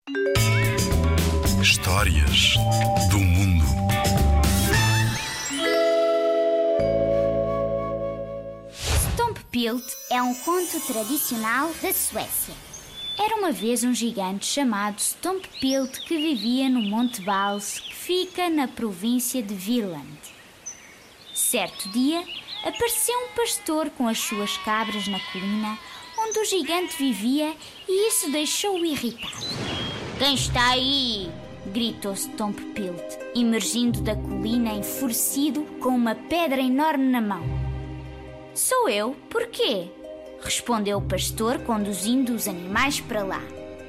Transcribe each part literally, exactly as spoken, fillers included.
Histórias do mundo. Stomppilt é um conto tradicional da Suécia. Era uma vez um gigante chamado Stomppilt que vivia no Monte Vals, que fica na província de Virland. Certo dia, apareceu um pastor com as suas cabras na colina onde o gigante vivia e isso deixou-o irritado. "Quem está aí?" gritou Stomppilt, emergindo da colina enfurecido com uma pedra enorme na mão. "Sou eu, porquê?" respondeu o pastor, conduzindo os animais para lá.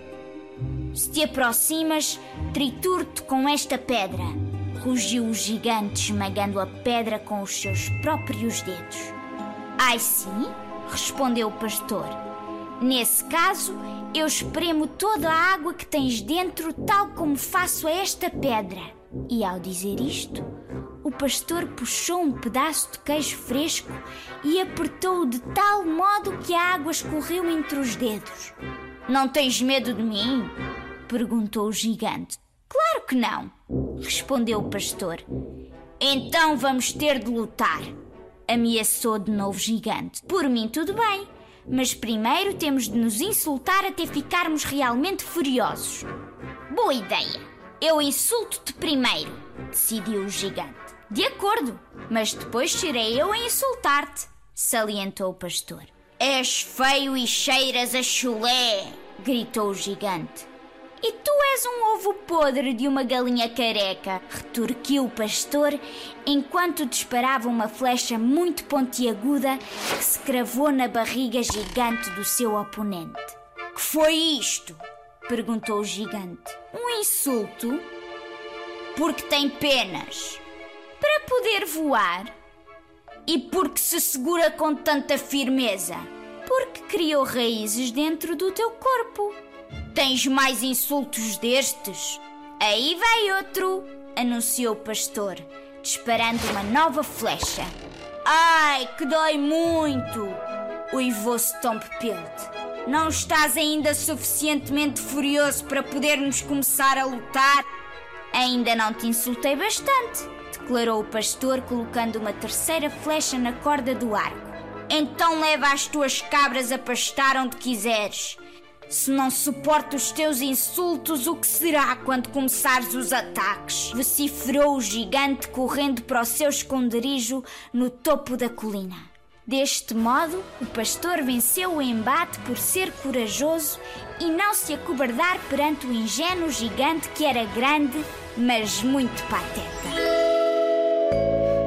"Se te aproximas, trituro-te com esta pedra", rugiu o gigante, esmagando a pedra com os seus próprios dedos. "Ai sim?" respondeu o pastor. "Nesse caso, eu espremo toda a água que tens dentro, tal como faço a esta pedra." E ao dizer isto, o pastor puxou um pedaço de queijo fresco e apertou-o de tal modo que a água escorreu entre os dedos. "Não tens medo de mim?" perguntou o gigante. "Claro que não", respondeu o pastor. "Então vamos ter de lutar", ameaçou de novo o gigante. "Por mim tudo bem, mas primeiro temos de nos insultar até ficarmos realmente furiosos." "Boa ideia, eu insulto-te primeiro", decidiu o gigante. "De acordo, mas depois serei eu a insultar-te", salientou o pastor. "És feio e cheiras a chulé", gritou o gigante. "E tu és um ovo podre de uma galinha careca", retorquiu o pastor, enquanto disparava uma flecha muito pontiaguda que se cravou na barriga gigante do seu oponente. "Que foi isto?" perguntou o gigante. "Um insulto?" "Porque tem penas." "Para poder voar." "E porque se segura com tanta firmeza." "Porque criou raízes dentro do teu corpo." "Tens mais insultos destes?" "Aí vai outro", anunciou o pastor, disparando uma nova flecha. "Ai, que dói muito", uivou Stomppilt. "Não estás ainda suficientemente furioso para podermos começar a lutar?" "Ainda não te insultei bastante", declarou o pastor, colocando uma terceira flecha na corda do arco. "Então leva as tuas cabras a pastar onde quiseres. Se não suporto os teus insultos, o que será quando começares os ataques?" vociferou o gigante, correndo para o seu esconderijo no topo da colina. Deste modo, o pastor venceu o embate por ser corajoso e não se acovardar perante o ingênuo gigante que era grande, mas muito pateta.